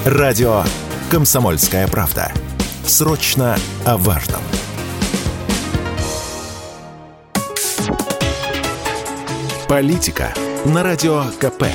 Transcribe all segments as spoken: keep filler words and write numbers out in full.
Радио «Комсомольская правда». Срочно о важном. Политика на Радио КП.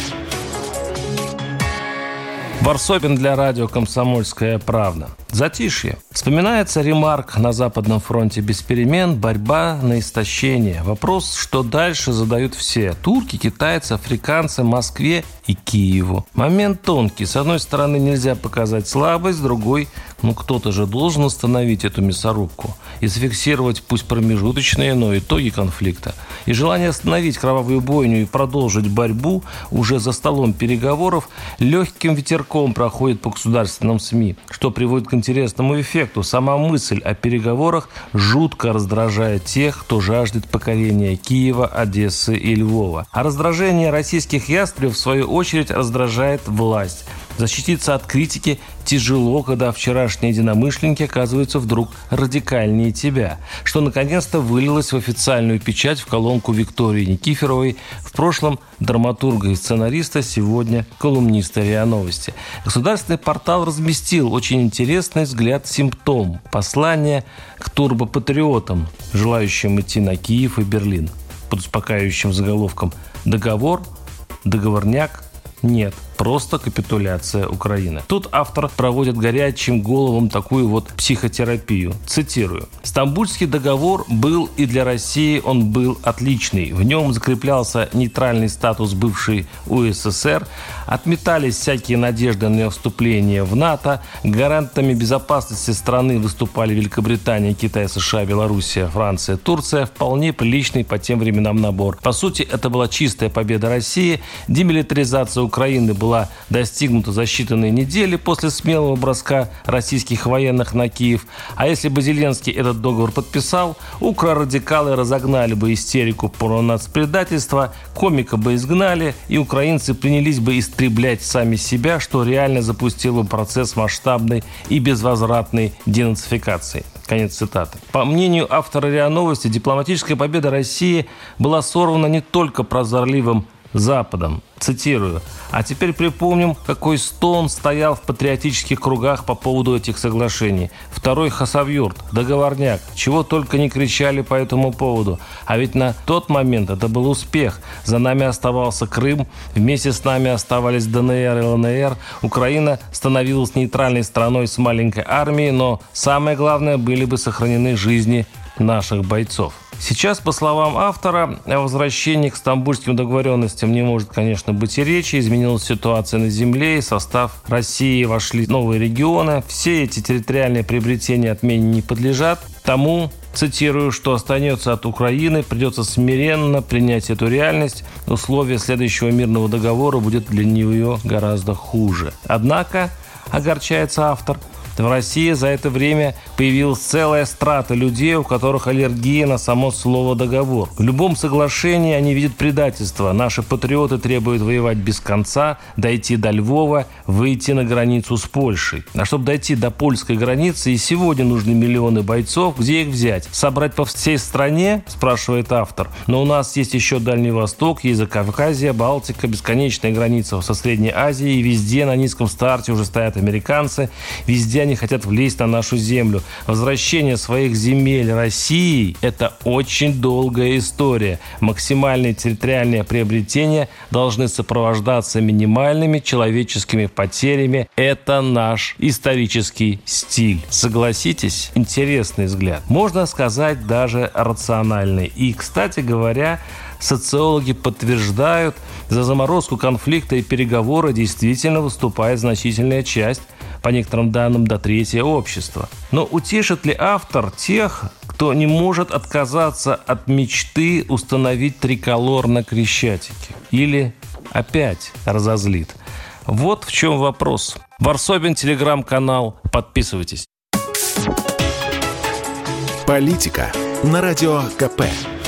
Варсобин для радио «Комсомольская правда». Затишье. Вспоминается ремарк на Западном фронте: без перемен, борьба на истощение. Вопрос, что дальше, задают все: турки, китайцы, африканцы, Москве и Киеву. Момент тонкий. С одной стороны, нельзя показать слабость, с другой, ну кто-то же должен остановить эту мясорубку и зафиксировать пусть промежуточные, но итоги конфликта. И желание остановить кровавую бойню и продолжить борьбу уже за столом переговоров легким ветерком проходит по государственным СМИ, что приводит к интересному эффекту. Сама мысль о переговорах жутко раздражает тех, кто жаждет покорения Киева, Одессы и Львова. А раздражение российских ястребов, в свою очередь, раздражает власть. Защититься от критики тяжело, когда вчерашние единомышленники оказываются вдруг радикальнее тебя, что наконец-то вылилось в официальную печать в колонку Виктории Никифоровой, в прошлом драматурга и сценариста, сегодня колумниста РИА Новости. Государственный портал разместил очень интересный взгляд-симптом – послание к турбопатриотам, желающим идти на Киев и Берлин, под успокаивающим заголовком «Договор», «Договорняк», «Нет». Просто капитуляция Украины. Тут автор проводит горячим головам такую вот психотерапию. Цитирую. «Стамбульский договор был, и для России он был отличный. В нем закреплялся нейтральный статус бывшей УССР, отметались всякие надежды на вступление в НАТО, гарантами безопасности страны выступали Великобритания, Китай, США, Белоруссия, Франция, Турция. Вполне приличный по тем временам набор. По сути, это была чистая победа России. Демилитаризация Украины была была достигнута за считанные недели после смелого броска российских военных на Киев. А если бы Зеленский этот договор подписал, укрорадикалы разогнали бы истерику про нацпредательство, комика бы изгнали, и украинцы принялись бы истреблять сами себя, что реально запустило процесс масштабной и безвозвратной денацификации». Конец цитаты. По мнению автора РИА Новости, дипломатическая победа России была сорвана не только прозорливым Западом. Цитирую. «А теперь припомним, какой стон стоял в патриотических кругах по поводу этих соглашений. Второй хасавюрт, договорняк, чего только не кричали по этому поводу. А ведь на тот момент это был успех. За нами оставался Крым, вместе с нами оставались ДНР и ЛНР. Украина становилась нейтральной страной с маленькой армией, но самое главное, были бы сохранены жизни наших бойцов». Сейчас, по словам автора, о возвращении к стамбульским договоренностям не может, конечно, быть и речи. Изменилась ситуация на земле, и в состав России вошли новые регионы. Все эти территориальные приобретения отмене не подлежат. Тому, цитирую, что останется от Украины, придется смиренно принять эту реальность. Условия следующего мирного договора будет для нее гораздо хуже. Однако, огорчается автор, в России за это время появилась целая страта людей, у которых аллергия на само слово «договор». В любом соглашении они видят предательство. Наши патриоты требуют воевать без конца, дойти до Львова, выйти на границу с Польшей. А чтобы дойти до польской границы, и сегодня нужны миллионы бойцов. Где их взять? Собрать по всей стране? Спрашивает автор. Но у нас есть еще Дальний Восток, есть Закавказье, Балтика, бесконечная граница со Средней Азией. И везде на низком старте уже стоят американцы. Везде они хотят влезть на нашу землю. Возвращение своих земель России – это очень долгая история. Максимальные территориальные приобретения должны сопровождаться минимальными человеческими потерями. Это наш исторический стиль. Согласитесь, интересный взгляд. Можно сказать, даже рациональный. И, кстати говоря, социологи подтверждают, за заморозку конфликта и переговоры действительно выступает значительная часть, по некоторым данным, до третьего общества. Но утешит ли автор тех, кто не может отказаться от мечты установить триколор на Крещатике? Или опять разозлит? Вот в чем вопрос. Варсобин, телеграм-канал. Подписывайтесь. Политика на Радио КП.